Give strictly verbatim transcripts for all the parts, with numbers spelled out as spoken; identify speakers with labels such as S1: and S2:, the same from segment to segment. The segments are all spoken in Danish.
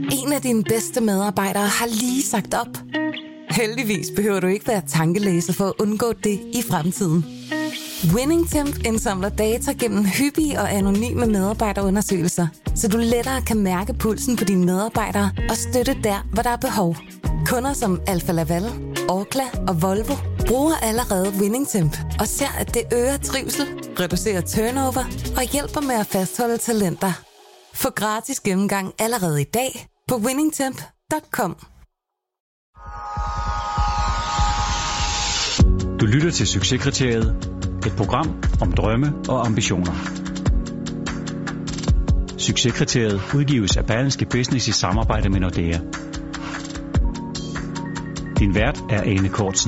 S1: En af dine bedste medarbejdere har lige sagt op. Heldigvis behøver du ikke være tankelæser for at undgå det i fremtiden. WinningTemp indsamler data gennem hyppige og anonyme medarbejderundersøgelser, så du lettere kan mærke pulsen på dine medarbejdere og støtte der, hvor der er behov. Kunder som Alfa Laval, Orkla og Volvo bruger allerede WinningTemp og ser, at det øger trivsel, reducerer turnover og hjælper med at fastholde talenter. Få gratis gennemgang allerede i dag på winningtemp punktum com.
S2: Du lytter til Succeskriteriet, et program om drømme og ambitioner. Succeskriteriet udgives af Berlingske Business i samarbejde med Nordea. Din vært er Ane Kortsen.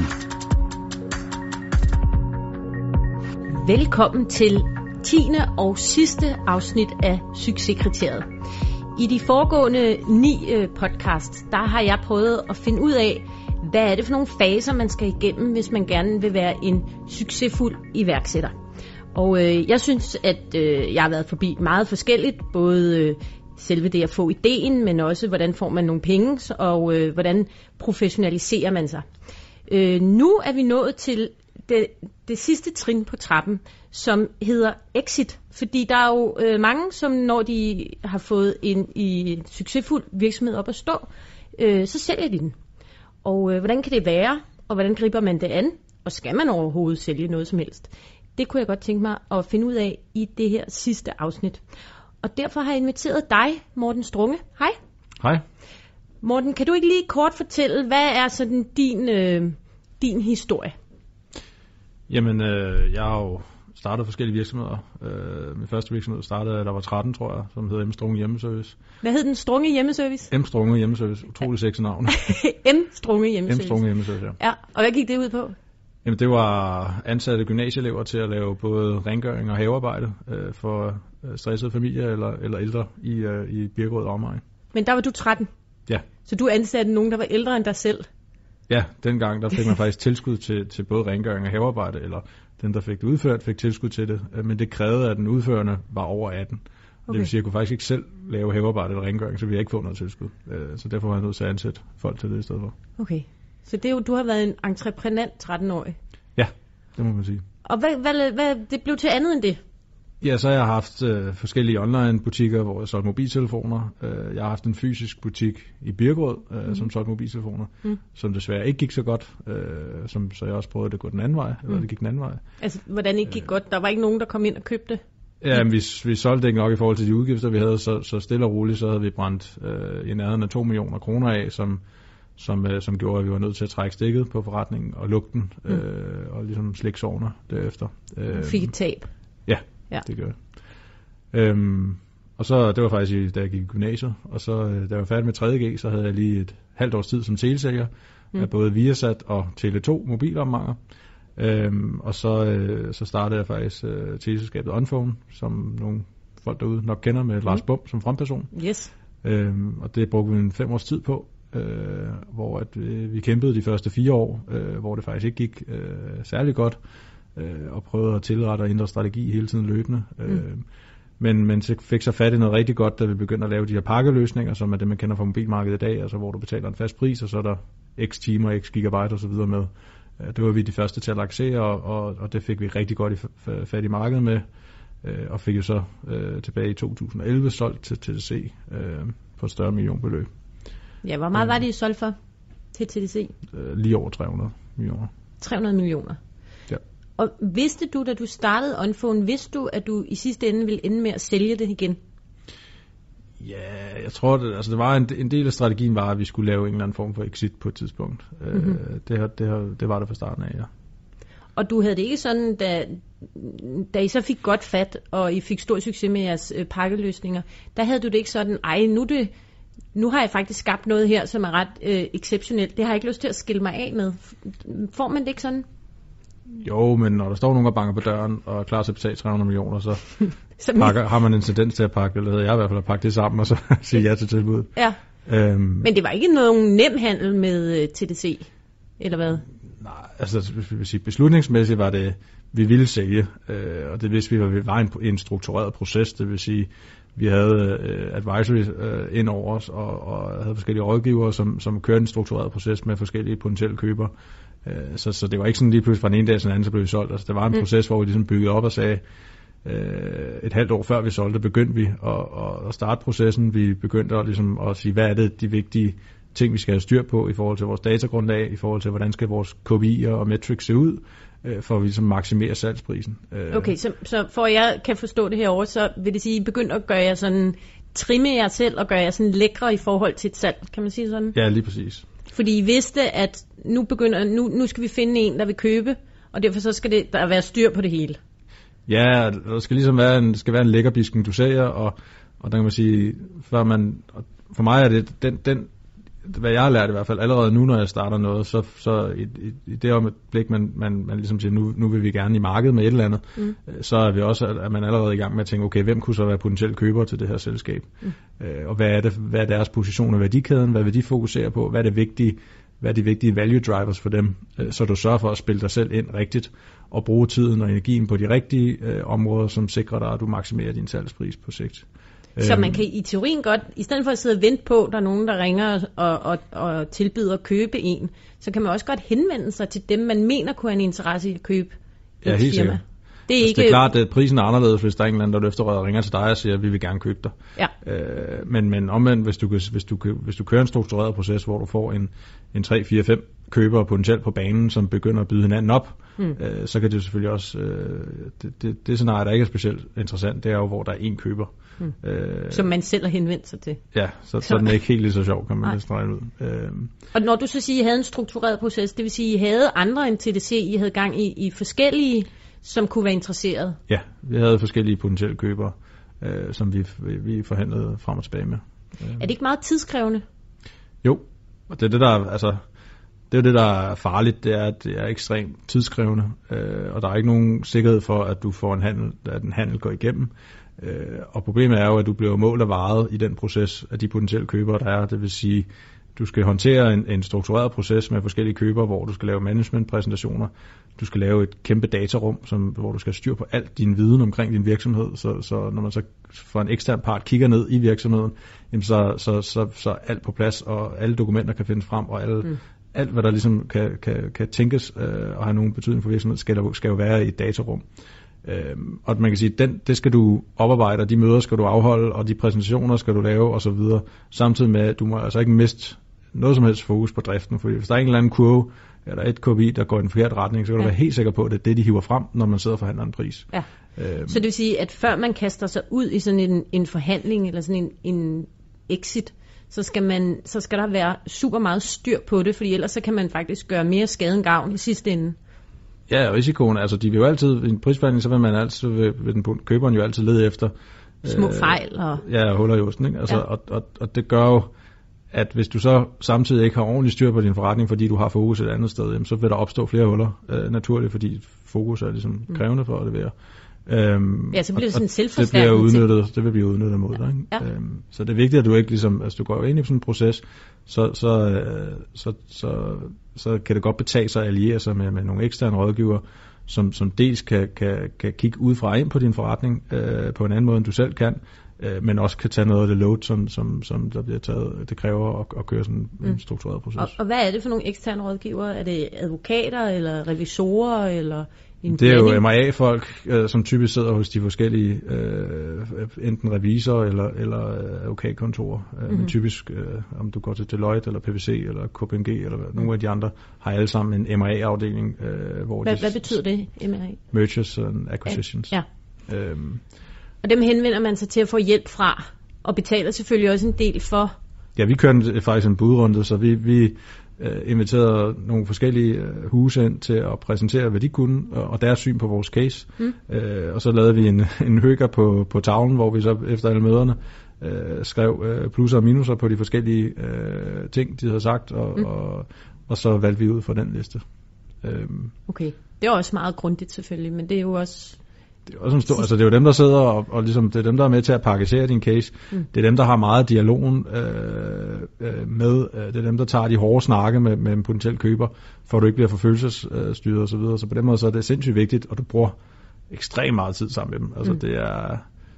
S3: Velkommen til tiende og sidste afsnit af Succeskriteriet. I de foregående ni øh, podcasts, der har jeg prøvet at finde ud af, hvad er det for nogle faser, man skal igennem, hvis man gerne vil være en succesfuld iværksætter. Og øh, jeg synes, at øh, jeg har været forbi meget forskelligt, både øh, selve det at få ideen, men også hvordan får man nogle penge, og øh, hvordan professionaliserer man sig. Øh, nu er vi nået til det, det sidste trin på trappen, som hedder exit. Fordi der er jo øh, mange, som når de har fået en i succesfuld virksomhed op at stå, øh, så sælger de den. Og øh, hvordan kan det være, og hvordan griber man det an, og skal man overhovedet sælge noget som helst? Det kunne jeg godt tænke mig at finde ud af i det her sidste afsnit. Og derfor har jeg inviteret dig, Morten Strunge. Hej.
S4: Hej.
S3: Morten, kan du ikke lige kort fortælle, hvad er sådan din, øh, din historie?
S4: Jamen, øh, jeg har jo startet forskellige virksomheder. Øh, min første virksomhed startede, da jeg var tretten, tror jeg, som hedder M. Strunge Hjemmeservice.
S3: Hvad hed den? Strunge Hjemmeservice?
S4: M. Strunge Hjemmeservice. Utrolig sexet navn.
S3: M. Strunge Hjemmeservice.
S4: M. Strunge Hjemmeservice, ja.
S3: Ja, og hvad gik det ud på?
S4: Jamen, det var ansatte gymnasieelever til at lave både rengøring og havearbejde øh, for stressede familier eller, eller ældre i, øh, i Birkerød og omegn.
S3: Men der var du tretten?
S4: Ja.
S3: Så du ansatte nogen, der var ældre end dig selv?
S4: Ja, dengang der fik man faktisk tilskud til, til både rengøring og havearbejde, eller den, der fik det udført, fik tilskud til det. Men det krævede, at den udførende var over atten. Okay. Det vil sige, at jeg kunne faktisk ikke selv lave havearbejde eller rengøring, så vi har ikke fået noget tilskud. Så derfor var jeg nødt til at ansætte folk til det i stedet for.
S3: Okay, så det er jo, du har været en entreprenant tretten-årig?
S4: Ja, det må man sige.
S3: Og hvad, hvad, hvad det blev til andet end det?
S4: Ja, så har jeg haft øh, forskellige online-butikker, hvor jeg solgte mobiltelefoner. Øh, jeg har haft en fysisk butik i Birkerød, øh, mm. som solgte mobiltelefoner, mm. som desværre ikke gik så godt, øh, som, så jeg også prøvede at gå den anden vej, mm. eller det gik den anden vej.
S3: Altså, hvordan ikke gik øh, godt? Der var ikke nogen, der kom ind og købte?
S4: Ja, men vi, vi solgte ikke nok i forhold til de udgifter, vi havde, så, så stille og roligt, så havde vi brændt øh, i nærheden af to millioner kroner af, som, som, øh, som gjorde, at vi var nødt til at trække stikket på forretningen og lukke den, mm. øh, og ligesom slikke sovner derefter. Øh,
S3: Fik et tab?
S4: Ja. Ja. Det gør jeg. Øhm, og så, det var faktisk, da jeg gik i gymnasiet, og så, da jeg var færdig med tredje G, så havde jeg lige et halvt års tid som telesælger, mm. af både Viasat og Tele to mobilabonnementer. Øhm, og så, øh, så startede jeg faktisk øh, teleselskabet OnPhone, som nogle folk derude nok kender, med mm. Lars Bum som frontperson.
S3: Yes.
S4: Øhm, og det brugte vi en fem års tid på, øh, hvor at, øh, vi kæmpede de første fire år, øh, hvor det faktisk ikke gik øh, særlig godt, og prøvede at tilrette og ændre strategi hele tiden løbende. Mm. Men, men så fik så fat i noget rigtig godt, da vi begyndte at lave de her pakkeløsninger, som er det, man kender fra mobilmarkedet i dag, altså hvor du betaler en fast pris, og så er der x timer, x gigabyte og så videre med. Det var vi de første til at lancere, og, og, og det fik vi rigtig godt i fat i markedet med, og fik jo så øh, tilbage i to tusind og elleve solgt til T D C øh, på et større millionbeløb.
S3: Ja, hvor meget var det, I solgte for til T D C?
S4: Øh, lige over tre hundrede millioner.
S3: tre hundrede millioner?
S4: Ja.
S3: Og vidste du, da du startede OnPhone, vidste du, at du i sidste ende ville ende med at sælge det igen?
S4: Ja, jeg tror, det, altså det var en, en del af strategien var, at vi skulle lave en eller anden form for exit på et tidspunkt. Mm-hmm. Øh, det, det, det var det fra starten af, ja.
S3: Og du havde det ikke sådan, da, da I så fik godt fat, og I fik stor succes med jeres øh, pakkeløsninger, der havde du det ikke sådan, ej, nu, det, nu har jeg faktisk skabt noget her, som er ret øh, exceptionelt. Det har jeg ikke lyst til at skille mig af med. Får man det ikke sådan?
S4: Jo, men når der står nogen og banker på døren og er klar til at betale tre hundrede millioner, så pakker, har man en tendens til at pakke, eller jeg i hvert fald at pakke det sammen og så sige ja til tilbuddet.
S3: Ja. Øhm, men det var ikke nogen nem handel med uh, T D C, eller hvad?
S4: Nej, altså vil sige, beslutningsmæssigt var det, vi ville sælge, øh, og det vidste vi, at vi var en, en struktureret proces, det vil sige, vi havde øh, advisory øh, ind over os, og, og havde forskellige rådgivere, som, som kørte en struktureret proces med forskellige potentielle købere. Øh, så, så det var ikke sådan lige pludselig fra den ene dag til den anden, så blev vi solgt. Altså, det var en mm. proces, hvor vi ligesom byggede op og sagde, øh, et halvt år før vi solgte, begyndte vi at, at starte processen. Vi begyndte at, ligesom, at sige, hvad er det de vigtige ting, vi skal have styr på i forhold til vores datagrundlag, i forhold til, hvordan skal vores K P I'er og metrics se ud, øh, for at vi ligesom maksimerer salgsprisen. Øh.
S3: Okay, så, så for at jeg kan forstå det herovre, så vil det sige, at I begynder at gøre jer sådan, trimme jer selv og gøre jer sådan lækre i forhold til et salg, kan man sige sådan?
S4: Ja, lige præcis.
S3: Fordi I vidste, at nu, begynder, nu, nu skal vi finde en, der vil købe, og derfor så skal det, der være styr på det hele.
S4: Ja, der skal ligesom være en, skal være en lækkerbisken, du sælger, og, og der kan man sige, før man, for mig er det den, den hvad jeg har lært i hvert fald allerede nu, når jeg starter noget, så, så i, i, i det øjeblik, man, man, man ligesom siger, nu, nu vil vi gerne i markedet med et eller andet, mm. så er vi også, at man allerede i gang med at tænke, okay, hvem kunne så være potentielle købere til det her selskab? Mm. Øh, og hvad er, det, hvad er deres position i værdikæden? Hvad vil de fokusere på? Hvad er det vigtige? Hvad er de vigtige value drivers for dem? Øh, så du sørger for at spille dig selv ind rigtigt, og bruge tiden og energien på de rigtige øh, områder, som sikrer dig, at du maksimerer din salgspris på sigt.
S3: Så man kan i teorien godt, i stedet for at sidde og vente på, at der er nogen, der ringer og, og, og tilbyder at købe en, så kan man også godt henvende sig til dem, man mener kunne have en interesse i at købe
S4: ja,
S3: et
S4: helt
S3: firma.
S4: Sikkert.
S3: Det er,
S4: altså,
S3: ikke...
S4: det er klart, at prisen er anderledes, hvis der er en eller anden, der løfter og ringer til dig og siger, at vi vil gerne købe dig.
S3: Ja.
S4: Øh, men, men omvendt, hvis du, hvis, du, hvis du kører en struktureret proces, hvor du får en, en tre, fire, fem købere potentielt på banen, som begynder at byde hinanden op, mm. øh, så kan det jo selvfølgelig også, øh, det, det, det scenarie, der ikke er specielt interessant, det er jo, hvor der er én køber.
S3: Mm. Øh, som man selv har henvendt sig til.
S4: Ja, så, så den er ikke helt lige så sjov, kan man næsten regne ud. Øh.
S3: Og når du så siger, at I havde en struktureret proces, det vil sige, at I havde andre end T D C, I havde gang i, i forskellige, som kunne være interesseret?
S4: Ja, vi havde forskellige potentielle købere, øh, som vi, vi forhandlede frem og tilbage med.
S3: Øh. Er det ikke meget tidskrævende?
S4: Jo, og det er det, der altså, det er det, der er farligt, det er, at det er ekstremt tidskrævende, øh, og der er ikke nogen sikkerhed for, at du får en handel, at en handel går igennem. Øh, og problemet er jo, at du bliver målt og varet i den proces af de potentielle købere, der er. Det vil sige, du skal håndtere en, en struktureret proces med forskellige købere, hvor du skal lave managementpræsentationer. Du skal lave et kæmpe datarum, som, hvor du skal styre på alt din viden omkring din virksomhed. Så, så når man så fra en ekstern part kigger ned i virksomheden, jamen så, så, så, så er alt på plads, og alle dokumenter kan findes frem, og alle, mm. alt, hvad der ligesom kan, kan, kan tænkes øh, og have nogen betydning for virksomheden, skal, der, skal jo være i et datarum. Øhm, og man kan sige, den, det skal du oparbejde, og de møder skal du afholde, og de præsentationer skal du lave, og så videre. Samtidig med, at du må altså ikke miste noget som helst fokus på driften, fordi hvis der er en eller anden kurve, eller et K P I, der går i en forkert retning, så kan ja. du være helt sikker på, at det er det, de hiver frem, når man sidder og forhandler en pris.
S3: Ja. Øhm. Så det vil sige, at før man kaster sig ud i sådan en, en forhandling, eller sådan en, en exit, så skal, man, så skal der være super meget styr på det, fordi ellers så kan man faktisk gøre mere skade end gavn i sidste ende.
S4: Ja, risikoen, altså de vil jo altid, i en prisforhandling, så vil man altid, vil, vil den køberen jo altid lede efter
S3: små øh, fejl og...
S4: Ja, huller i osten, ikke? Altså, ja. og, og, og det gør jo, at hvis du så samtidig ikke har ordentligt styr på din forretning, fordi du har fokus et andet sted, jamen, så vil der opstå flere huller, øh, naturligt, fordi fokus er ligesom krævende for at levere. Øhm,
S3: ja, så bliver det sådan en
S4: selvforstærkende det bliver udnyttet, det vil blive udnyttet mod dig, ikke? Ja. Øhm, så det er vigtigt, at du ikke ligesom, altså du går ind i sådan en proces, så, så, øh, så, så, så kan det godt betage sig at alliere sig med, med nogle eksterne rådgiver, som, som dels kan, kan, kan kigge udefra ind på din forretning øh, på en anden måde, end du selv kan, øh, men også kan tage noget af det load, som, som, som der bliver taget, det kræver at, at køre sådan en mm. struktureret proces.
S3: Og, og hvad er det for nogle eksterne rådgiver? Er det advokater, eller revisorer, eller...
S4: Det er jo M og A-folk, øh, som typisk sidder hos de forskellige, øh, enten revisorer eller, eller advokatkontorer. Mm-hmm. Men typisk, øh, om du går til Deloitte eller P V C eller K P M G eller mm. nogle af de andre, har alle sammen en M og A-afdeling. Øh, hvor
S3: hvad,
S4: de,
S3: hvad betyder det, M og A?
S4: Mergers and Acquisitions.
S3: Ja. Ja. Øhm. Og dem henvender man sig til at få hjælp fra, og betaler selvfølgelig også en del for.
S4: Ja, vi kører faktisk en budrunde, så vi... vi Uh, inviterede nogle forskellige uh, huse ind til at præsentere, hvad de kunne, og, og deres syn på vores case. Mm. Uh, og så lavede vi en, en høger på, på tavlen, hvor vi så efter alle møderne uh, skrev uh, plusser og minuser på de forskellige uh, ting, de havde sagt, og, mm. og, og så valgte vi ud fra den liste. Uh,
S3: okay, det er også meget grundigt selvfølgelig, men det er jo også...
S4: Det er, også en stor, altså det er jo dem, der sidder og, og ligesom, det er dem, der er med til at pakketere din case. Mm. Det er dem, der har meget dialogen øh, øh, med. Det er dem, der tager de hårde snakke med, med en potentiel køber, for at du ikke bliver for følelsesstyret og så videre. Så på den måde så er det sindssygt vigtigt, og du bruger ekstremt meget tid sammen med dem. Altså mm. det er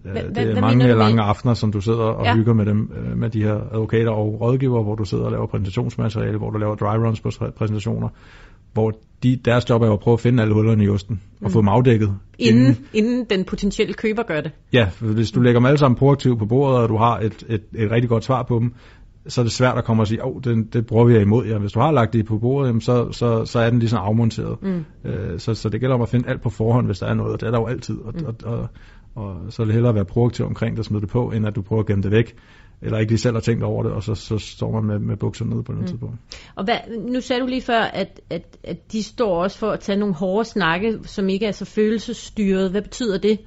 S3: Hva,
S4: det
S3: hva,
S4: er
S3: hvad
S4: mange lange
S3: med?
S4: aftener, som du sidder og ja. hygger med dem, med de her advokater og rådgiver, hvor du sidder og laver præsentationsmateriale, hvor du laver dry runs på præsentationer, hvor de, deres job er jo at prøve at finde alle hullerne i osten og mm. få dem afdækket.
S3: Inden, inden, inden den potentielle køber gør det.
S4: Ja, for hvis du lægger dem alle sammen proaktivt på bordet, og du har et, et, et rigtig godt svar på dem, så er det svært at komme og sige, åh, oh, det, det bruger vi imod jer. Hvis du har lagt det på bordet, jamen, så, så, så er den ligesom afmonteret. Mm. Øh, så, så det gælder om at finde alt på forhånd, hvis der er noget, og det er der jo altid. Og, mm. og, og, og så er det hellere at være proaktiv omkring det og smide det på, end at du prøver at gemme det væk, eller ikke lige selv har tænkt over det, og så, så står man med, med bukserne nede på den mm. tidspunkt.
S3: Og hvad, nu sagde du lige før, at, at, at de står også for at tage nogle hårde snakke, som ikke er så følelsesstyret. Hvad betyder det?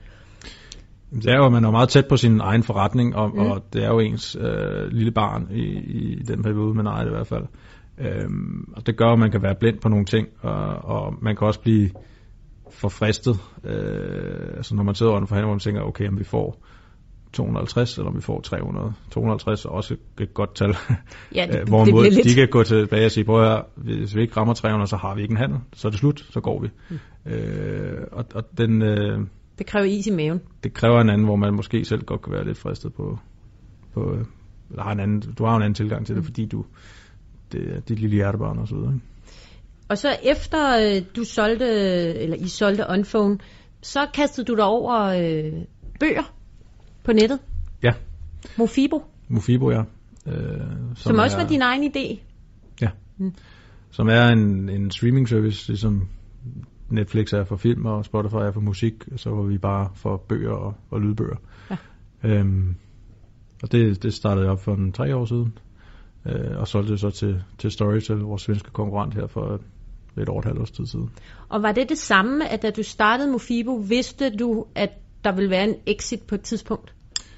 S4: Det er jo, at man er meget tæt på sin egen forretning, og, mm. og det er jo ens øh, lille barn i, i den periode, man ejer det i hvert fald. Øhm, og det gør, at man kan være blind på nogle ting, og, og man kan også blive forfristet. Øh, altså når man sidder under forhandling, hvor man tænker, okay, om vi får to hundrede og halvtreds, eller om vi får tre hundrede. to hundrede og halvtreds er også et godt tal.
S3: Ja, det,
S4: Hvorimod
S3: det
S4: de kan gå tilbage og sige, prøv her, hvis vi ikke rammer tre hundrede, så har vi ikke en handel. Så er det slut, så går vi. Mm. Øh, og, og den... Øh,
S3: Det kræver is i maven.
S4: Det kræver en anden, hvor man måske selv godt kan være lidt fristet på, på eller har en anden, du har en anden tilgang til det, mm. fordi du, det er dit lille hjertebarn og så videre. Ikke?
S3: Og så efter du solgte, eller I solgte Onphone, så kastede du dig over øh, bøger på nettet?
S4: Ja.
S3: Mofibo?
S4: Mofibo, ja. Øh,
S3: som, som også er, var din egen idé?
S4: Ja. Mm. Som er en, en streaming service, ligesom Netflix er for film, og Spotify er for musik, så var vi bare for bøger og, og lydbøger. Ja. Øhm, og det, det startede jeg op for en tre år siden, øh, og solgte det så til, til Storytel, vores svenske konkurrent her for et år et halvt års tid siden. Og
S3: var det det samme, at da du startede Mofibo, vidste du, at der ville være en exit på et tidspunkt?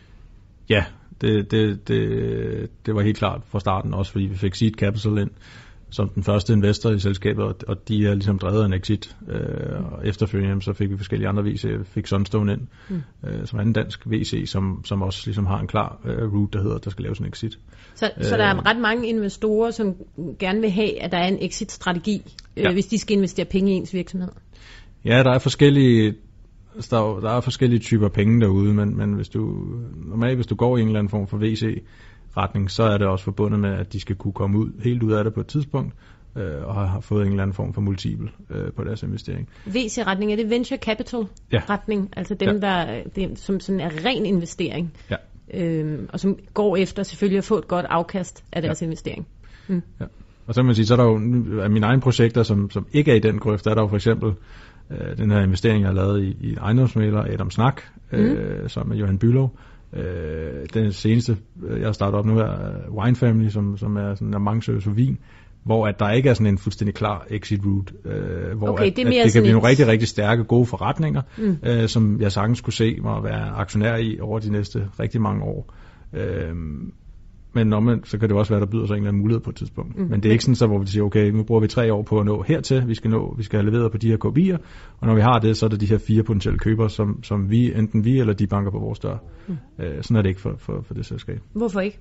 S4: Ja, det, det, det, det var helt klart fra starten, også fordi vi fik seed capital ind som den første investor i selskabet, og de er ligesom drevet af en exit. Øh, og efterfølgende så fik vi forskellige andre V C'er. Vi fik Sunstone ind, mm. øh, som er en dansk V C, som, som også ligesom har en klar øh, route, der hedder, der skal laves en exit.
S3: Så, øh, så der er ret mange investorer, som gerne vil have, at der er en exit-strategi, øh, ja. hvis de skal investere penge i ens virksomhed?
S4: Ja, der er forskellige... Der er, der er forskellige typer penge derude, men, men hvis du normalt hvis du går i en eller anden form for V C-retning, så er det også forbundet med, at de skal kunne komme ud helt ud af det på et tidspunkt, øh, og har fået en eller anden form for multiple øh, på deres investering.
S3: V C-retning, er det venture capital-retning? Ja. Altså dem, ja. der det, som sådan er ren investering,
S4: ja.
S3: øhm, og som går efter selvfølgelig at få et godt afkast af deres ja. investering. Mm.
S4: Ja. Og så kan man sige, så er der jo af mine egne projekter, som, som ikke er i den grøft, der er der jo for eksempel den her investering, jeg har lavet i, i ejendomsmægler Adam Snak, mm. øh, som med Johan Bülow. Øh, den seneste, jeg har startet op nu, er Wine Family, som, som er sådan en amangservice for vin, hvor at der ikke er sådan en fuldstændig klar exit route, øh, hvor
S3: okay,
S4: at,
S3: det,
S4: at det kan blive
S3: et...
S4: nogle rigtig, rigtig stærke, gode forretninger, mm. øh, som jeg sagtens kunne se mig være aktionær i over de næste rigtig mange år. Øh, Men når man, så kan det også være, der byder sig en eller anden mulighed på et tidspunkt. Mm. Men det er ikke sådan, så, hvor vi siger, okay, nu bruger vi tre år på at nå hertil, vi skal nå, vi skal have leveret på de her K B'er, og når vi har det, så er det de her fire potentielle købere, som, som vi, enten vi eller de banker på vores dør. Mm. Øh, sådan er det ikke for, for, for det selskab.
S3: Hvorfor ikke?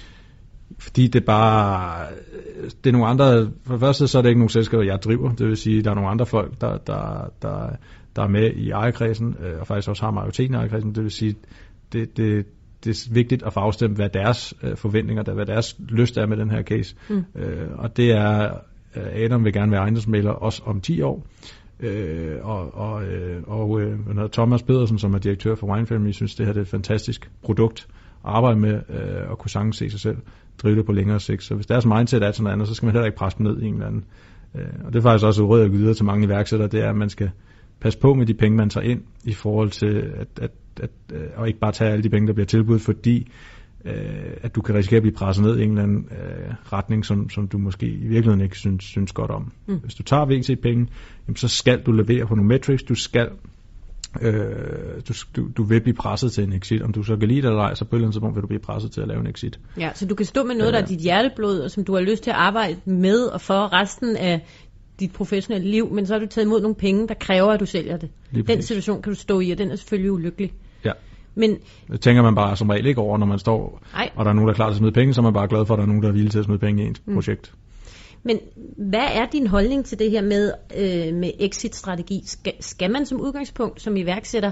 S4: Fordi det bare, det er nogle andre, for det første så er det ikke nogle selskaber, jeg driver, det vil sige, der er nogle andre folk, der, der, der, der er med i ejerkredsen, og faktisk også har majoriteten af ejerkredsen, det vil sige, det, det det er vigtigt at få afstemt, hvad deres øh, forventninger, der, hvad deres lyst er med den her case. Mm. Øh, og det er, Adam vil gerne være ejendomsmægler også om ti år. Øh, og og, øh, og øh, Thomas Pedersen, som er direktør for Wine Family, synes, det her det er et fantastisk produkt at arbejde med, øh, og kunne sagtens se sig selv drive det på længere sigt. Så hvis deres mindset er sådan noget andet, så skal man heller ikke presse dem ned i en eller anden. Øh, og det er faktisk også et råd, jeg går videre til mange iværksættere, det er, at man skal passe på med de penge, man tager ind, i forhold til at, at At, øh, og ikke bare tage alle de penge, der bliver tilbudt, fordi øh, at du kan risikere at blive presset ned i en eller anden øh, retning, som, som du måske i virkeligheden ikke synes, synes godt om. Mm. Hvis du tager V C-penge, jamen, så skal du levere på nogle metrics, du skal øh, du, du, du vil blive presset til en exit. Om du så kan lide det eller ej, så på et eller andet tidspunkt vil du blive presset til at lave en exit.
S3: Ja, så du kan stå med noget, der er dit hjerteblod, og som du har lyst til at arbejde med og for resten af dit professionelle liv, men så har du taget imod nogle penge, der kræver, at du sælger det. Den situation kan du stå i, og den er selvfølgelig ulykkelig.
S4: Ja.
S3: Men
S4: det tænker man bare som regel ikke over, når man står, ej. og der er nogen, der er klar til at smide penge, så er man bare glad for, at der er nogen, der er villige til at smide penge i ens mm. projekt.
S3: Men hvad er din holdning til det her med, øh, med exit-strategi? Skal, skal man som udgangspunkt, som iværksætter,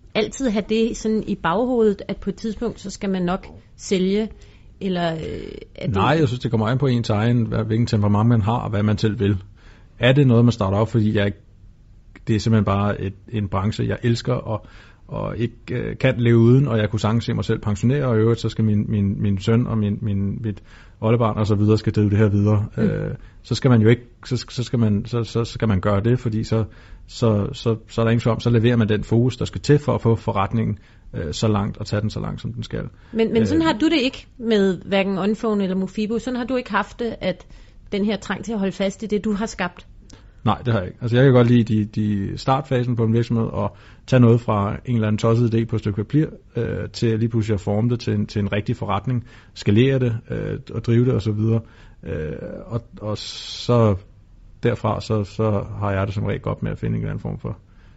S3: altid have det sådan i baghovedet, at på et tidspunkt, så skal man nok sælge? Eller, øh, er det...
S4: Nej, jeg synes, det kommer an på ens egen, hvilken temperament man har, og hvad man selv vil. Er det noget, man starter op, fordi jeg, det er simpelthen bare et, en branche, jeg elsker, og, og ikke øh, kan leve uden, og jeg kunne sagtens se mig selv pensionere, og i øvrigt, så skal min, min, min søn og min, min, mit oldebarn og så videre skal drive det her videre. Mm. Øh, så skal man jo ikke, så, så, skal man, så, så skal man gøre det, fordi så, så, så, så er der ingen tvivl om, så leverer man den fokus, der skal til for at få forretningen øh, så langt, og tage den så langt, som den skal.
S3: Men, men sådan øh, har du det ikke med hverken Onfone eller Mofibo, sådan har du ikke haft det, at den her trang til at holde fast i det, du har skabt?
S4: Nej, det har jeg ikke. Altså jeg kan godt lide de, de startfasen på en virksomhed og tage noget fra en eller anden tosset idé på et stykke papir øh, til lige pludselig at forme det til en, til en rigtig forretning, skalere det øh, og drive det osv. Øh, og, og så derfra så, så har jeg det som regel godt med at finde en eller anden form for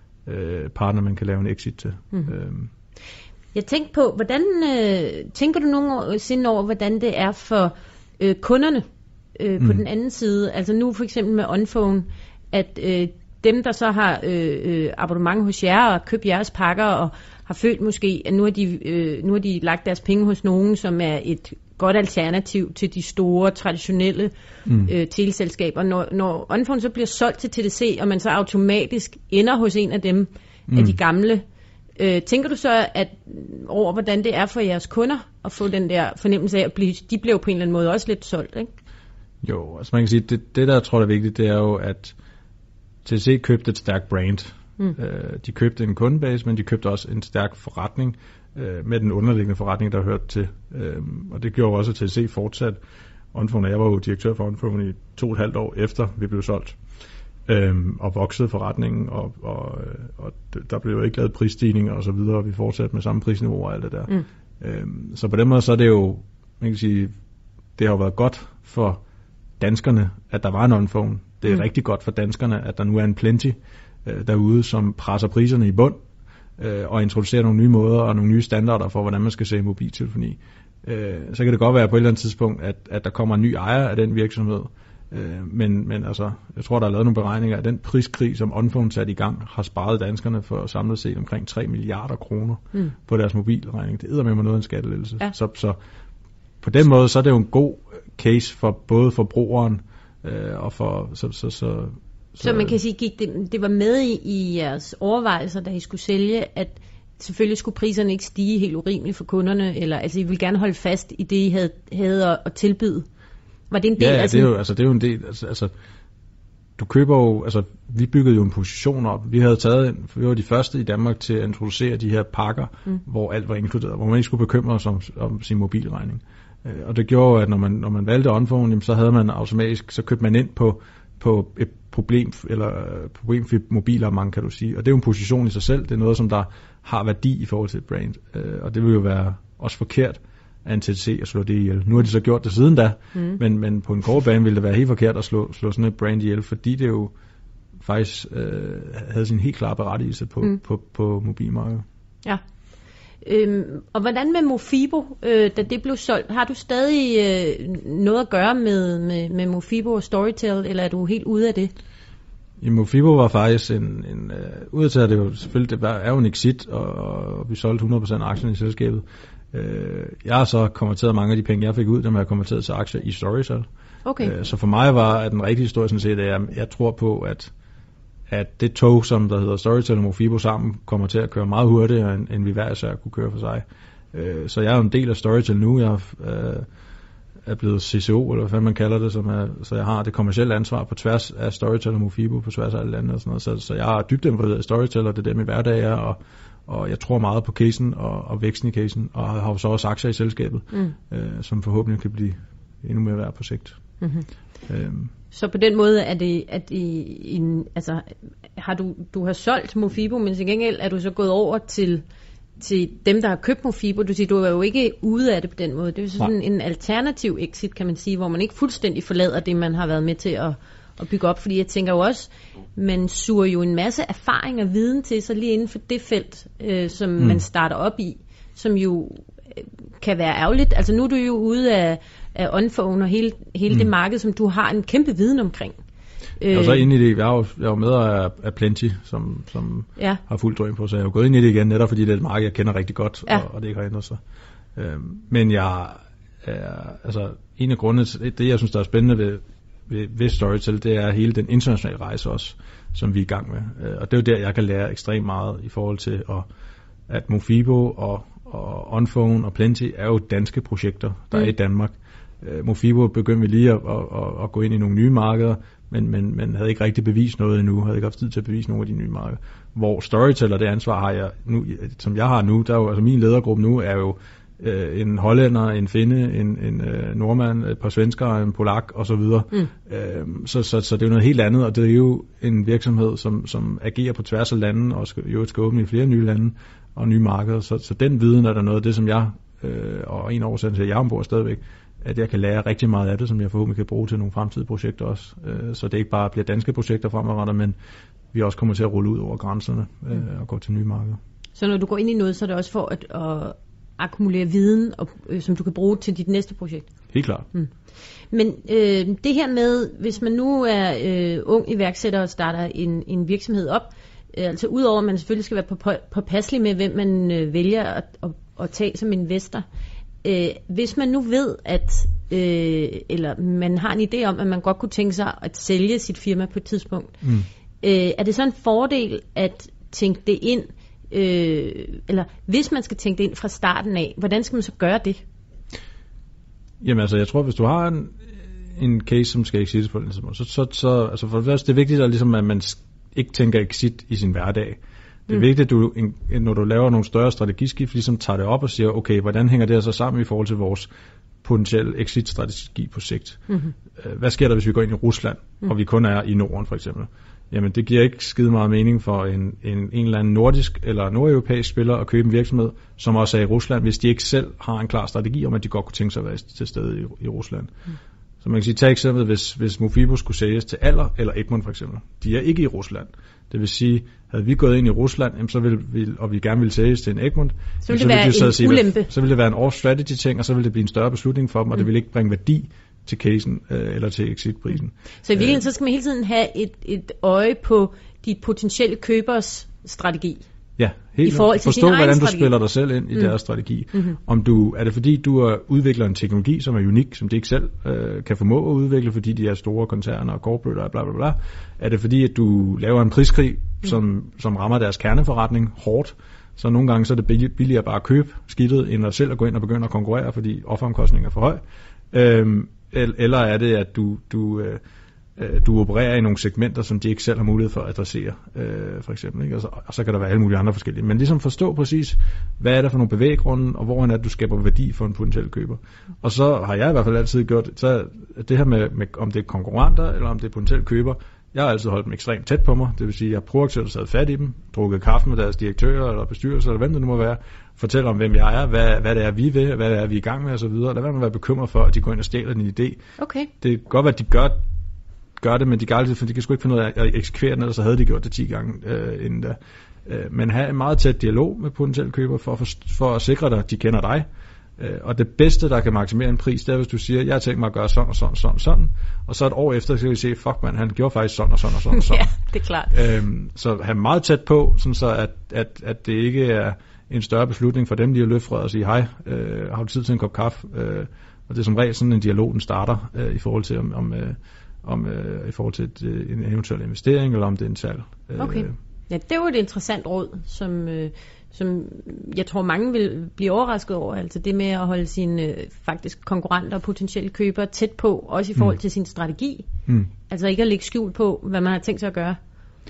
S4: øh, partner, man kan lave en exit til. Mm. Øh.
S3: Jeg tænkte på, hvordan øh, tænker du nogensinde over, hvordan det er for øh, kunderne øh, på mm. den anden side? Altså nu for eksempel med Onfone, at øh, dem, der så har øh, øh, abonnement hos jer og købt jeres pakker og har følt måske, at nu har de, øh, nu har de lagt deres penge hos nogen, som er et godt alternativ til de store, traditionelle mm. øh, teleselskaber. Når, når Onfone så bliver solgt til T D C, og man så automatisk ender hos en af dem, mm. af de gamle, øh, tænker du så at over, hvordan det er for jeres kunder at få den der fornemmelse af, at blive, de bliver på en eller anden måde også lidt solgt, ikke?
S4: Jo, altså man kan sige, det, det der jeg tror der er vigtigt, det er jo, at T D C købte et stærkt brand. Mm. Øh, de købte en kundebase, men de købte også en stærk forretning øh, med den underliggende forretning, der hørte til. Øh, og det gjorde også, at T D C fortsat. Onfone, jeg var jo direktør for Onfone i to og et halvt år efter vi blev solgt. Øh, og voksede forretningen, og, og, og der blev jo ikke lavet prisstigninger og så videre, og vi fortsatte med samme prisniveau og alt det der. Mm. Øh, så på den måde, så er det jo, man kan sige, det har jo været godt for danskerne, at der var en Onfone. Det er mm. rigtig godt for danskerne, at der nu er en plenty øh, derude, som presser priserne i bund øh, og introducerer nogle nye måder og nogle nye standarder for, hvordan man skal se mobiltelefoni. Øh, så kan det godt være på et eller andet tidspunkt, at, at der kommer en ny ejer af den virksomhed. Øh, men, men altså, jeg tror, der er lavet nogle beregninger, at den priskrig, som Onfone satte i gang, har sparet danskerne for samlet set omkring tre milliarder kroner mm. på deres mobilregning. Det æder med mig noget af en skattelettelse. Ja. Så, så på den måde, så er det jo en god case for både forbrugeren øh, og for så så så så,
S3: så man kan sige, gik det, det var med i, i jeres overvejelser, da I skulle sælge, at selvfølgelig skulle priserne ikke stige helt urimeligt for kunderne, eller altså I ville gerne holde fast i det I havde, havde at, at tilbyde. Var det en del
S4: ja, ja,
S3: af
S4: det er jo altså det er jo en del altså, altså du køber jo altså vi byggede jo en position op. Vi havde taget vi var de første i Danmark til at introducere de her pakker, mm. hvor alt var inkluderet, hvor man ikke skulle bekymre sig om, om sin mobilregning. Og det gjorde, at når man, når man valgte Onfone, jamen, så havde man automatisk, så købte man ind på, på et problem, eller problemfri mobilabonnement, kan du sige. Og det er jo en position i sig selv. Det er noget, som der har værdi i forhold til et brand. Og det vil jo være også forkert af en T D C at slå det ihjel. Nu har de så gjort det siden da, mm. men, men på en kort bane ville det være helt forkert at slå, slå sådan et brand ihjel, fordi det jo faktisk øh, havde sin helt klare berettigelse på, mm. på, på mobilmarkedet.
S3: Ja. Øhm, og hvordan med Mofibo, øh, da det blev solgt? Har du stadig øh, noget at gøre med, med, med Mofibo og Storytel, eller er du helt ude af det?
S4: I Mofibo var faktisk en, en uh, udadtil er det jo selvfølgelig, det er jo en exit, og, og vi solgte hundrede procent af aktierne i selskabet. Uh, jeg har så konverteret mange af de penge, jeg fik ud, dem har jeg konverteret til aktier i Storytel. Okay. Uh, så for mig var at den rigtige historie sådan set, at jeg, jeg tror på, at at det tog, som der hedder Storytel og Mofibo sammen, kommer til at køre meget hurtigere, end, end vi hver især kunne køre for sig. Øh, så jeg er jo en del af Storytel nu. Jeg øh, er blevet C C O, eller hvad man kalder det, som er, så jeg har det kommercielle ansvar på tværs af Storytel og Mofibo, på tværs af alle lande og sådan noget. Så, så jeg har dybt involveret i Storytel, og det er det, min hverdag er, og, og jeg tror meget på casen og, og væksten i casen, og har jo så også aktier i selskabet, mm. øh, som forhåbentlig kan blive endnu mere værd på sigt. Mm-hmm. Øhm. Så
S3: på den måde er det, at i, en, altså, har du, du har solgt Mofibo, men til gengæld er du så gået over til, til dem, der har købt Mofibo. Du siger, du er jo ikke ude af det på den måde. Det er jo sådan en alternativ exit, kan man sige, hvor man ikke fuldstændig forlader det, man har været med til at, at bygge op. Fordi jeg tænker jo også, man suger jo en masse erfaring og viden til sig lige inden for det felt, øh, som mm. man starter op i, som jo øh, kan være ærgerligt. Altså nu er du jo ude af af Onfone og hele, hele mm. det marked, som du har en kæmpe viden omkring.
S4: Jeg er så inde i det. Jeg er jo, jeg er jo med af, af Plenty, som, som ja. har fuldt drøm på, så jeg er jo gået ind i det igen, netop fordi det er et marked, jeg kender rigtig godt, ja. og, og det ikke har ændret sig. Øhm, men jeg er, altså en af grundene til det, jeg synes, der er spændende ved, ved, ved Storytel, det er hele den internationale rejse også, som vi er i gang med. Øh, og det er jo der, jeg kan lære ekstremt meget i forhold til, at, at Mofibo og, og OnPhone og Plenty er jo danske projekter, der mm. er i Danmark. Øh, Mofibo begyndte vi lige at, at, at, at gå ind i nogle nye markeder, men, men, men havde ikke rigtig bevist noget endnu, havde ikke haft tid til at bevise nogle af de nye markeder. Hvor Storytel og det ansvar har jeg nu, som jeg har nu, der er jo, altså min ledergruppe nu er jo øh, en hollænder, en finne, en, en øh, nordmand, et par svenskere, en polak og så videre. Mm. Øh, så, så, så det er jo noget helt andet, og det er jo en virksomhed, som, som agerer på tværs af lande, og skal, jo skal åbne i flere nye lande og nye markeder. Så, så den viden er der noget af det, som jeg, øh, og en årsag til, at jeg er ombord stadigvæk, at jeg kan lære rigtig meget af det, som jeg forhåbentlig kan bruge til nogle fremtidige projekter også. Øh, så det ikke bare bliver danske projekter fremadrettet, men vi også kommer til at rulle ud over grænserne øh, mm. og gå til nye markeder. Så
S3: når du går ind i noget, så er det også for at, at akkumulere viden, og, øh, som du kan bruge til dit næste projekt?
S4: Helt klart. Mm.
S3: Men øh, det her med, hvis man nu er øh, ung iværksætter og starter en, en virksomhed op, øh, altså udover at man selvfølgelig skal være på, på, påpasselig med, hvem man øh, vælger at, at, at tage som investor, øh, hvis man nu ved, at øh, eller man har en idé om, at man godt kunne tænke sig at sælge sit firma på et tidspunkt, mm. øh, er det så en fordel at tænke det ind, øh, eller hvis man skal tænke det ind fra starten af, hvordan skal man så gøre det?
S4: Jamen altså, jeg tror, hvis du har en, en case, som skal exit på den, så, så, så altså for det første, det er vigtigt, at, ligesom, at man ikke tænker exit i sin hverdag. Det er mm. vigtigt, at du, når du laver nogle større strategiskift, ligesom tager det op og siger, okay, hvordan hænger det så sammen i forhold til vores potentielle exit-strategi på sigt? Mm-hmm. Hvad sker der, hvis vi går ind i Rusland, mm. og vi kun er i Norden for eksempel? Jamen, det giver ikke skide meget mening for en, en, en eller anden nordisk eller nordeuropæisk spiller at købe en virksomhed, som også er i Rusland, hvis de ikke selv har en klar strategi om, at de godt kunne tænke sig at være til stede i, i Rusland. Mm. Så man kan sige, tag eksempel, hvis, hvis Mofibo skulle sælges til Aller eller Egmont for eksempel. De er ikke i Rusland. Det vil sige, havde vi gået ind i Rusland, jamen, så ville vi, og vi gerne ville sælges til en Egmont,
S3: så ville det være en sige, ulempe.
S4: Så ville det være en off-strategy ting, og så ville det blive en større beslutning for dem, og mm. det ville ikke bringe værdi til casen øh, eller til exit-prisen.
S3: Så i virkeligheden så skal man hele tiden have et, et øje på de potentielle købers strategi.
S4: Ja, helt forstå, hvordan du spiller dig selv ind i mm. deres strategi. Mm-hmm. Om du, er det fordi, du er, udvikler en teknologi, som er unik, som de ikke selv øh, kan formå at udvikle, fordi de er store koncerner og corporate og bla bla bla? Er det fordi, at du laver en priskrig, mm. som, som rammer deres kerneforretning hårdt? Så nogle gange så er det billigere bare at købe skidtet, end at selv at gå ind og begynde at konkurrere, fordi offeromkostningen er for høj. Øhm, eller er det, at du... du øh, du opererer i nogle segmenter, som de ikke selv har mulighed for at adressere, øh, for eksempel. Ikke? Og, så, og så kan der være alle mulige andre forskellige. Men ligesom forstå præcis, hvad er der for nogle bevæggrunden, og hvor er det, du skaber værdi for en potentiel køber. Og så har jeg i hvert fald altid gjort, så det her med, med om det er konkurrenter, eller om det er potentielle køber, jeg har altid holdt dem ekstremt tæt på mig. Det vil sige, at jeg har proaktivt taget fat i dem, drukket kaffe med deres direktører, eller bestyrelser, eller hvem det nu må være, fortæller om, hvem jeg er, hvad, hvad det er, vi vil, hvad det er, vi er i gang med, og så videre. Lad være med at være bekymret for, at de går ind og stjæler din idé.
S3: Okay.
S4: Det kan godt være, at de gør gør det, men de kan altid, for de kan sgu ikke finde ud af at eksekvere den, ellers så havde de gjort det ti gange øh, inden da. Øh, men have en meget tæt dialog med potentielle køber, for, for, for at sikre dig, at de kender dig. Øh, og det bedste, der kan maksimere en pris, det er, hvis du siger, jeg har tænkt mig at gøre sådan og sådan, sådan, sådan, og så et år efter, så kan vi se, fuck man, han gjorde faktisk sådan og sådan og sådan og sådan.
S3: Ja, det er klart.
S4: Øh, så have meget tæt på, sådan så at, at, at det ikke er en større beslutning for dem, lige at løfte fra og sige, hej, øh, har du tid til en kop kaffe? Øh, og det er som regel sådan en dialog, den starter øh, i forhold til, om, om øh, om øh, i forhold til et, øh, en eventuel investering, eller om det er en salg.
S3: Okay. Ja, det var et interessant råd, som, øh, som jeg tror mange vil blive overrasket over. Altså det med at holde sine øh, faktisk konkurrenter og potentielle købere tæt på, også i forhold mm. til sin strategi. Mm. Altså ikke at lægge skjul på, hvad man har tænkt sig at gøre.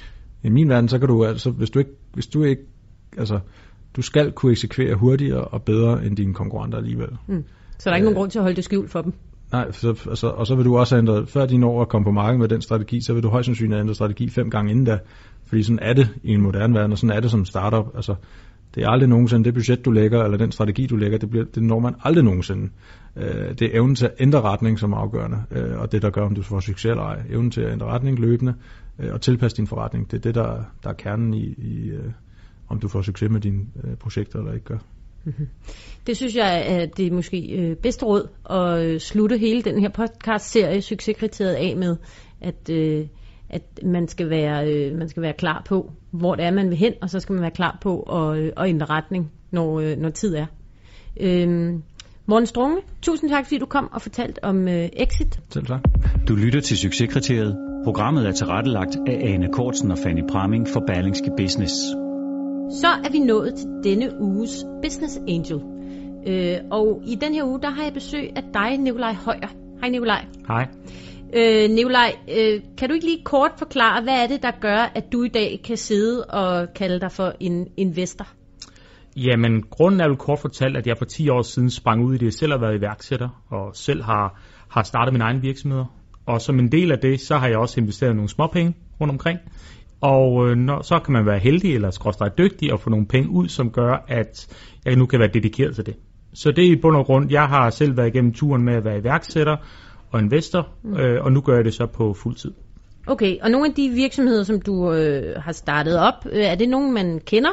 S4: I min verden, så kan du altså, hvis du ikke, hvis du ikke, altså, du skal kunne eksekvere hurtigere og bedre end dine konkurrenter alligevel. Mm.
S3: Så der er ikke øh, nogen grund til at holde det skjult for dem?
S4: Nej, så, altså, og så vil du også have ændret, før dine år at komme på markedet med den strategi, så vil du højst sandsynligt ændre strategi fem gange inden da, fordi sådan er det i en moderne verden, og sådan er det som startup. Altså, det er aldrig nogensinde det budget, du lægger, eller den strategi, du lægger, det, bliver, det når man aldrig nogensinde. Øh, det er evnen til at ændre retning, som er afgørende, øh, og det, der gør, om du får succes eller ej. Evnen til at ændre retning løbende, øh, og tilpasse din forretning, det er det, der, der er kernen i, i øh, om du får succes med dine øh, projekter eller ikke gør.
S3: Mm-hmm. Det synes jeg er det måske øh, bedste råd at øh, slutte hele den her podcast-serie Succeskriteriet af med, at, øh, at man skal være, øh, man skal være klar på, hvor det er, man vil hen, og så skal man være klar på at, øh, at ændre retning, når, øh, når tid er. Øh, Morten Strunge, tusind tak, fordi du kom og fortalte om øh, Exit.
S4: Selv tak.
S2: Du lytter til Succeskriteriet. Programmet er tilrettelagt af Ane Kortsen og Fanny Pramming for Berlingske Business.
S3: Så er vi nået til denne uges Business Angel. Øh, og i den her uge, der har jeg besøg af dig, Nikolaj Højer. Hej Nikolaj.
S4: Hej.
S3: Øh, Nikolaj, øh, kan du ikke lige kort forklare, hvad er det, der gør, at du i dag kan sidde og kalde dig for en investor?
S5: Jamen, grunden er jo kort fortalt, at jeg for ti år siden sprang ud i det, jeg selv har været iværksætter, og selv har, har startet mine egne virksomheder. Og som en del af det, så har jeg også investeret nogle småpenge rundt omkring. Og øh, når, så kan man være heldig eller skråstrejt dygtig og få nogle penge ud, som gør, at jeg nu kan være dedikeret til det. Så det er i bund og grund, jeg har selv været igennem turen med at være iværksætter og investor, øh, og nu gør jeg det så på fuld tid.
S3: Okay, og nogle af de virksomheder, som du øh, har startet op, øh, er det nogen, man kender?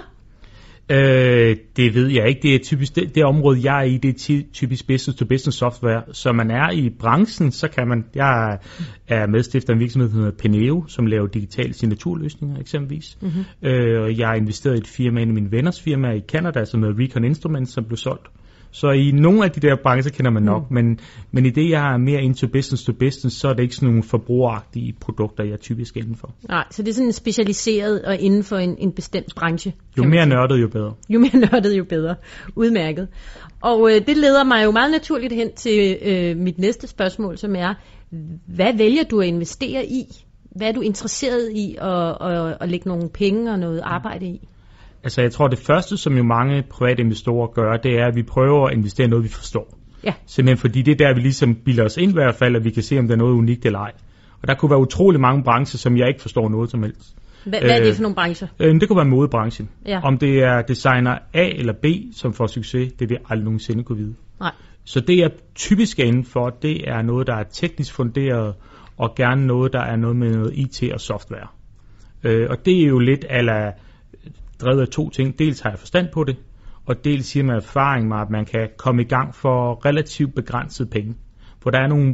S5: Øh, det ved jeg ikke. Det er typisk det, det område, jeg er i, det er typisk business-to-business software. Så man er i branchen, så kan man... Jeg er medstifter af en virksomhed, der hedder Peneo, som laver digitale signaturløsninger eksempelvis. Mm-hmm. Øh, jeg har investeret i et firma, en af mine venners firma i Canada, som hedder Recon Instruments, som blev solgt. Så i nogle af de der brancher kender man nok, mm. men, men i det, jeg er mere into business to business, så er det ikke sådan nogle forbrugeragtige produkter, jeg er typisk inden for.
S3: Nej, så det er sådan specialiseret og inden for en, en bestemt branche.
S5: Jo mere nørdet, jo bedre.
S3: Jo mere nørdet, jo bedre. Udmærket. Og øh, det leder mig jo meget naturligt hen til øh, mit næste spørgsmål, som er, hvad vælger du at investere i? Hvad er du interesseret i at, at, at lægge nogle penge og noget arbejde i?
S5: Altså jeg tror, det første, som jo mange private investorer gør, det er, at vi prøver at investere i noget, vi forstår.
S3: Ja.
S5: Simpelthen fordi det er der, vi ligesom bilder os ind i hvert fald, at vi kan se, om der er noget unikt eller ej. Og der kunne være utrolig mange brancher, som jeg ikke forstår noget som helst.
S3: Hvad, hvad er det for nogle brancher?
S5: Øh, det kunne være modebranchen.
S3: Ja.
S5: Om det er designer A eller B, som får succes, det vil jeg aldrig nogensinde kunne vide.
S3: Nej.
S5: Så det jeg typisk er inden for, det er noget, der er teknisk funderet, og gerne noget, der er noget med noget I T og software. Øh, og det er jo lidt ala drevet af to ting. Dels har jeg forstand på det, og dels siger man erfaring med, at man kan komme i gang for relativt begrænset penge. For der er nogle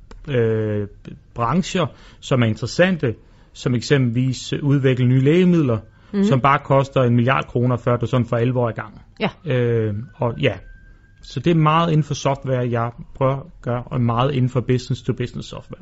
S5: øh, brancher, som er interessante, som eksempelvis udvikle nye lægemidler, mm-hmm. som bare koster en milliard kroner, før du sådan for alvor i gang.
S3: Ja.
S5: Øh, og ja, så det er meget inden for software, jeg prøver at gøre, og meget inden for business-to-business software.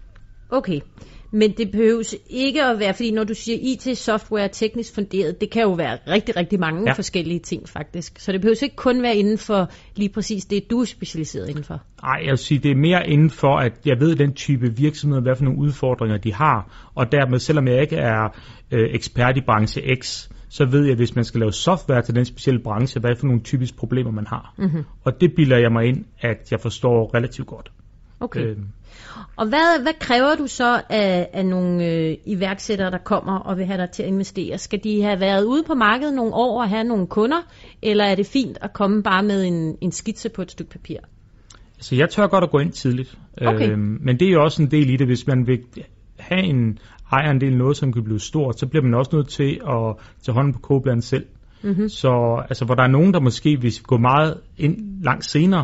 S3: Okay, men det behøves ikke at være, fordi når du siger I T-software teknisk funderet, det kan jo være rigtig, rigtig mange ja. forskellige ting faktisk. Så det behøves ikke kun være inden for lige præcis det, du er specialiseret inden for.
S5: Nej, jeg vil sige, det er mere inden for, at jeg ved den type virksomheder, hvad for nogle udfordringer de har, og dermed, selvom jeg ikke er øh, ekspert i branche X, så ved jeg, hvis man skal lave software til den specielle branche, hvad for nogle typiske problemer man har. Mm-hmm. Og det bilder jeg mig ind, at jeg forstår relativt godt.
S3: Okay. Øh, Og hvad, hvad kræver du så af, af nogle øh, iværksættere, der kommer og vil have dig til at investere? Skal de have været ude på markedet nogle år og have nogle kunder, eller er det fint at komme bare med en, en skitse på et stykke papir?
S5: Altså jeg tør godt at gå ind tidligt,
S3: okay.
S5: øhm, men det er jo også en del i det, hvis man vil have en ejerandel noget, som kan blive stort, så bliver man også nødt til at tage hånden på kogepladen selv. Mm-hmm. Så altså, hvor der er nogen, der måske vil gå meget ind langt senere,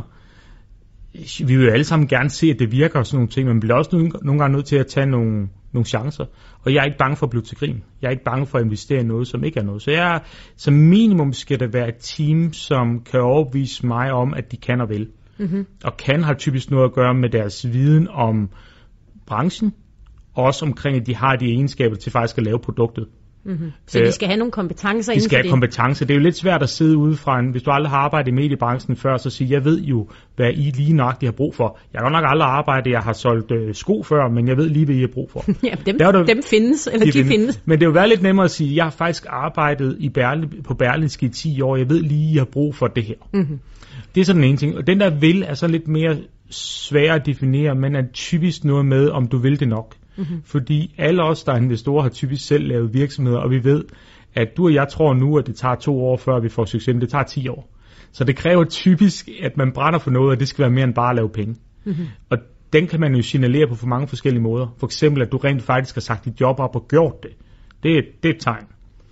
S5: vi vil jo alle sammen gerne se, at det virker og sådan nogle ting, men man bliver også nogle, nogle gange nødt til at tage nogle, nogle chancer. Og jeg er ikke bange for at blive til grin. Jeg er ikke bange for at investere i noget, som ikke er noget. Så jeg, som minimum skal der være et team, som kan overbevise mig om, at de kan og vil. Mm-hmm. Og kan har typisk noget at gøre med deres viden om branchen, og også omkring, at de har de egenskaber til faktisk at lave produktet.
S3: Mm-hmm. Så de skal have nogle kompetencer inden for det?
S5: De skal have kompetencer. Det er jo lidt svært at sidde udefra, hvis du aldrig har arbejdet i mediebranchen før, så sige, jeg ved jo, hvad I lige nøjagtigt har brug for. Jeg har godt nok aldrig arbejdet, jeg har solgt øh, sko før, men jeg ved lige, hvad I har brug for.
S3: Ja, dem, der, dem findes, eller de, de findes. findes.
S5: Men det er jo været lidt nemmere at sige, jeg har faktisk arbejdet i Berlin, på Berlingske i ti år, jeg ved lige, I har brug for det her. Mm-hmm. Det er sådan en ting. Og den der vil er så lidt mere svær at definere, men er typisk noget med, om du vil det nok. Mm-hmm. Fordi alle os, der er investorer, har typisk selv lavet virksomheder, og vi ved, at du og jeg tror nu, at det tager to år, før vi får succes, men det tager ti år. Så det kræver typisk, at man brænder for noget, og det skal være mere end bare at lave penge. Mm-hmm. Og den kan man jo signalere på for mange forskellige måder. For eksempel, at du rent faktisk har sagt dit job op og gjort det. Det er, det er et tegn.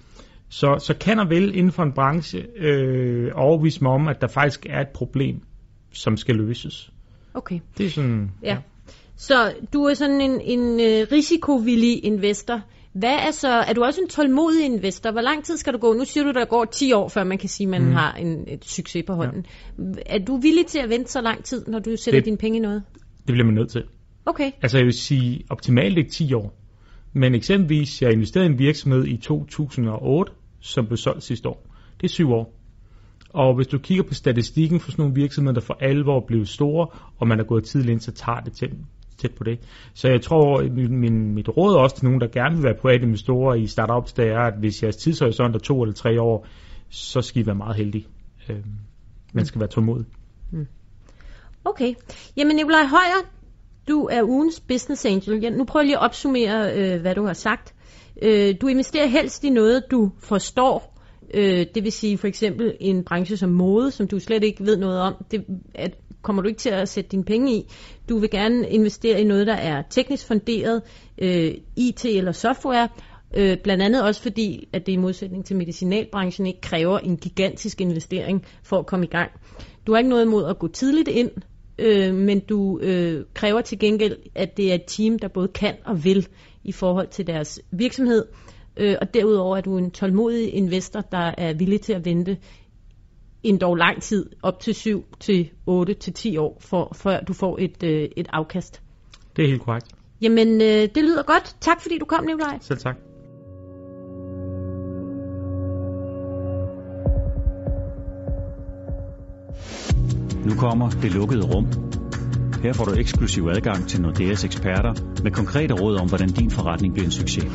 S5: Så, så kan og vil inden for en branche øh, overbevise mig om, at der faktisk er et problem, som skal løses.
S3: Okay.
S5: Det er sådan...
S3: Ja. Ja. Så du er sådan en, en uh, risikovillig investor. Hvad er så, er du også en tålmodig investor? Hvor lang tid skal du gå? Nu siger du, der går ti år, før man kan sige, at man mm. har en et succes på hånden. Ja. Er du villig til at vente så lang tid, når du sætter det, dine penge i noget?
S5: Det bliver man nødt til.
S3: Okay.
S5: Altså jeg vil sige, optimalt ikke ti år. Men eksempelvis, jeg investerede i en virksomhed i to tusind og otte, som blev solgt sidste år. Det er syv år. Og hvis du kigger på statistikken for sådan nogle virksomheder, der for alvor blev store, og man er gået tidligt ind, så tager det tæt, tæt på det. Så jeg tror, min, min, mit råd også til nogen, der gerne vil være private investorer i startups, det er, at hvis jeres tidshorisont er to eller tre år, så skal I være meget heldige. Man skal være tålmodig.
S3: Mm. Okay. Jamen Nikolaj Højer, du er ugens business angel. Ja, nu prøver jeg lige at opsummere, øh, hvad du har sagt. Øh, du investerer helst i noget, du forstår. Øh, det vil sige for eksempel en branche som mode, som du slet ikke ved noget om. Det at, kommer du ikke til at sætte dine penge i. Du vil gerne investere i noget, der er teknisk funderet, øh, I T eller software. Øh, blandt andet også fordi, at det i modsætning til medicinalbranchen ikke kræver en gigantisk investering for at komme i gang. Du har ikke noget imod at gå tidligt ind, øh, men du øh, kræver til gengæld, at det er et team, der både kan og vil i forhold til deres virksomhed. Øh, og derudover er du en tålmodig investor, der er villig til at vente en dog lang tid, op til syv til otte til ti år, for, før du får et, øh, et afkast.
S5: Det er helt korrekt.
S3: Jamen, øh, det lyder godt. Tak fordi du kom, Nikolaj.
S5: Selv tak.
S2: Nu kommer Det Lukkede Rum. Her får du eksklusiv adgang til Nordeas eksperter med konkrete råd om, hvordan din forretning bliver en succes.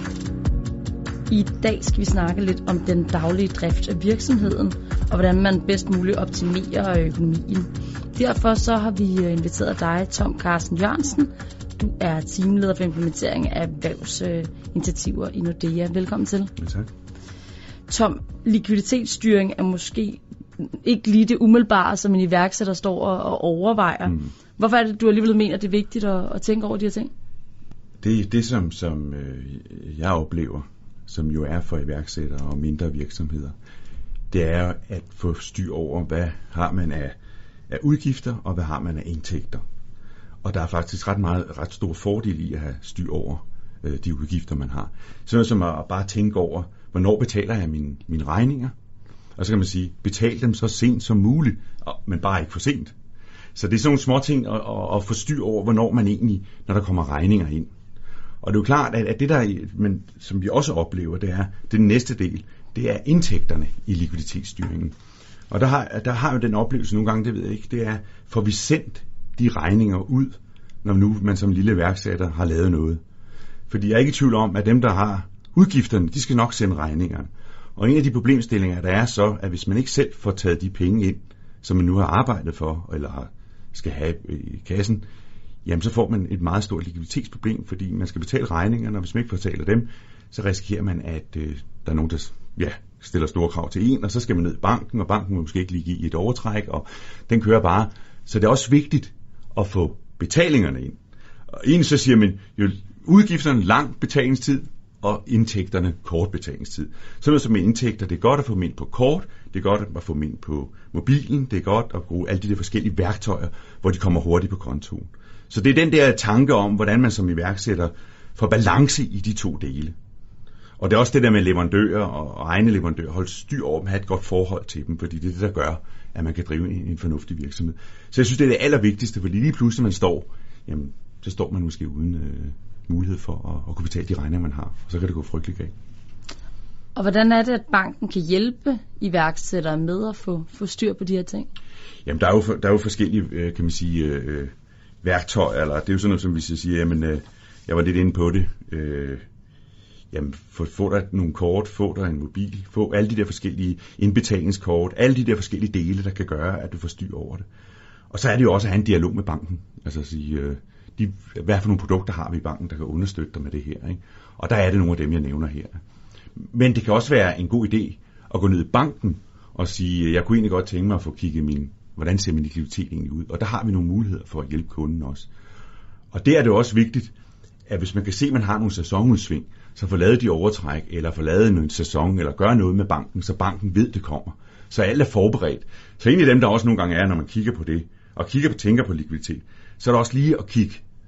S6: I dag skal vi snakke lidt om den daglige drift af virksomheden, og hvordan man bedst muligt optimerer økonomien. Derfor så har vi inviteret dig, Tom Carsten Jørgensen. Du er teamleder for implementering af erhvervsinitiativer i Nordea. Velkommen til.
S7: Ja, tak.
S6: Tom, likviditetsstyring er måske ikke lige det umiddelbare, som en iværksætter står og overvejer. Mm. Hvorfor er det, du alligevel mener, det er vigtigt at, at tænke over de her ting?
S7: Det er det, som, som øh, jeg oplever, som jo er for iværksættere og mindre virksomheder. Det er at få styr over, hvad har man af, af udgifter, og hvad har man af indtægter. Og der er faktisk ret meget ret stor fordel i at have styr over øh, de udgifter, man har. Sådan som at bare tænke over, hvornår betaler jeg mine, mine regninger? Og så kan man sige, betal dem så sent som muligt, men bare ikke for sent. Så det er sådan nogle små ting at, at, at få styr over, hvornår man egentlig, når der kommer regninger ind. Og det er jo klart, at det der, men, som vi også oplever, det er, det næste del, det er indtægterne i likviditetsstyringen. Og der har, der har jo den oplevelse nogle gange, det ved jeg ikke, det er, får vi sendt de regninger ud, når nu man som lille værksætter har lavet noget. Fordi jeg er ikke i tvivl om, at dem, der har udgifterne, de skal nok sende regningerne. Og en af de problemstillinger, der er så, at hvis man ikke selv får taget de penge ind, som man nu har arbejdet for, eller skal have i kassen, jamen så får man et meget stort likviditetsproblem, fordi man skal betale regningerne, og hvis man ikke betaler dem, så risikerer man, at øh, der er nogen, der ja, stiller store krav til en, og så skal man ned i banken, og banken må måske ikke lige give et overtræk, og den kører bare. Så det er også vigtigt at få betalingerne ind. Og egentlig så siger man, jo udgifterne lang betalingstid, og indtægterne kort betalingstid. Så noget som med indtægter, det er godt at få dem ind på kort, det er godt at få dem ind på mobilen, det er godt at bruge alle de der forskellige værktøjer, hvor de kommer hurtigt på kontoen. Så det er den der tanke om, hvordan man som iværksætter får balance i de to dele. Og det er også det der med leverandører og egne leverandører, holde styr over dem, have et godt forhold til dem, fordi det er det, der gør, at man kan drive en, en fornuftig virksomhed. Så jeg synes, det er det allervigtigste, fordi lige pludselig man står, jamen, så står man måske uden øh, mulighed for at, at kunne betale de regninger, man har, og så kan det gå frygteligt galt.
S6: Og hvordan er det, at banken kan hjælpe iværksættere med at få, få styr på de her ting?
S7: Jamen, der er jo, der er jo forskellige, øh, kan man sige, øh, værktøjer, eller det er jo sådan noget, som vi siger, jamen, øh, jeg var lidt inde på det, øh, jamen, få, få dig nogle kort, få dig en mobil, få alle de der forskellige indbetalingskort, alle de der forskellige dele, der kan gøre, at du får styr over det. Og så er det jo også at have en dialog med banken, altså at sige, øh, de, hvad for nogle produkter har vi i banken, der kan understøtte dig med det her, ikke? Og der er det nogle af dem, jeg nævner her. Men det kan også være en god idé at gå ned i banken og sige, jeg kunne egentlig godt tænke mig at få kigget min, hvordan ser min likviditet egentlig ud? Og der har vi nogle muligheder for at hjælpe kunden også. Og det er det også vigtigt, at hvis man kan se, at man har nogle sæsonudsving, så få lavet de overtræk, eller få lavet en sæson, eller gøre noget med banken, så banken ved, det kommer. Så alt er forberedt. Så en af dem, der også nogle gange er, når man kigger på det, og kigger på, tænker på likviditet, så er der også lige at kigge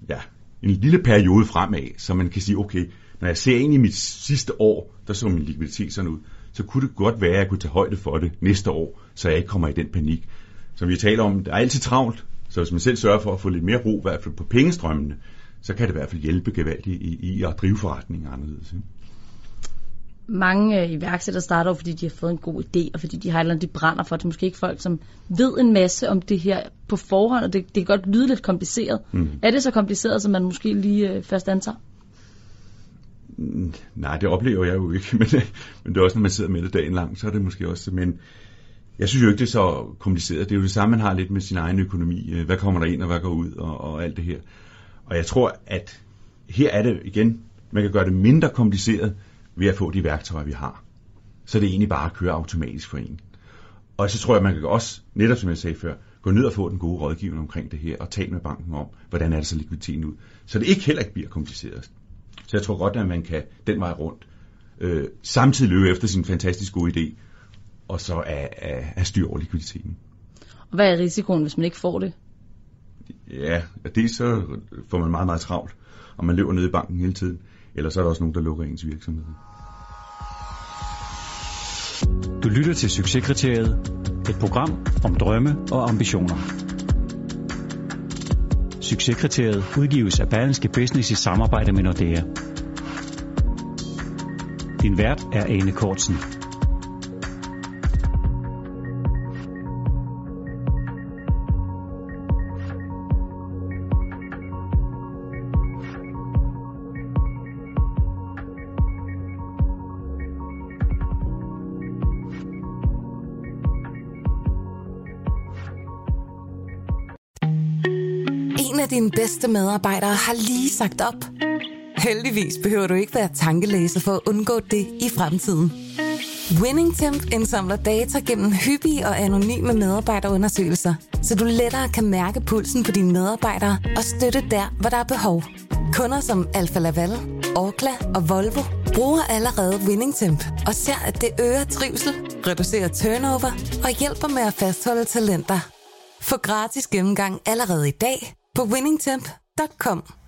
S7: ja, en lille periode fremad, så man kan sige, okay, når jeg ser ind i mit sidste år, der så min likviditet sådan ud, så kunne det godt være, at jeg kunne tage højde for det næste år, så jeg ikke kommer i den panik. Som vi taler om, det er altid travlt, så hvis man selv sørger for at få lidt mere ro, i hvert fald på pengestrømmene, så kan det i hvert fald hjælpe gevaldigt i, i at drive forretningen anderledes.
S6: Mange iværksættere starter jo, fordi de har fået en god idé, og fordi de har et eller andet, de brænder for. Det er måske ikke folk, som ved en masse om det her på forhånd, og det, det kan godt lyde lidt kompliceret. Mm. Er det så kompliceret, som man måske lige øh, først antager?
S7: Mm, nej, det oplever jeg jo ikke, men, men det er også, når man sidder med det dagen lang, så er det måske også, men jeg synes jo ikke, det er så kompliceret. Det er jo det samme, man har lidt med sin egen økonomi. Hvad kommer der ind, og hvad går ud, og, og alt det her. Og jeg tror, at her er det igen, man kan gøre det mindre kompliceret, ved at få de værktøjer, vi har. Så det er egentlig bare at køre automatisk for en. Og så tror jeg, man kan også, netop som jeg sagde før, gå ned og få den gode rådgivning omkring det her, og tale med banken om, hvordan er det så likviditeten ud. Så det ikke heller ikke bliver kompliceret. Så jeg tror godt, at man kan den vej rundt, øh, samtidig løbe efter sin fantastisk gode idé, og så have styr over likviditeten.
S6: Og hvad er risikoen, hvis man ikke får det?
S7: Ja, det så får man meget, meget travlt, og man løber ned i banken hele tiden. Eller så er der også nogen, der lukker ens virksomhed.
S2: Du lytter til Succeskriteriet, et program om drømme og ambitioner. Succeskriteriet udgives af Berlingske Business i samarbejde med Nordea. Din vært er Ane Kortsen.
S1: En af dine bedste medarbejdere har lige sagt op. Heldigvis behøver du ikke være tankelæser for at undgå det i fremtiden. WinningTemp indsamler data gennem hyppige og anonyme medarbejderundersøgelser, så du lettere kan mærke pulsen på dine medarbejdere og støtte der, hvor der er behov. Kunder som Alfa Laval, Orkla og Volvo bruger allerede WinningTemp og ser, at det øger trivsel, reducerer turnover og hjælper med at fastholde talenter. Få gratis gennemgang allerede i dag på winningtemp punktum com.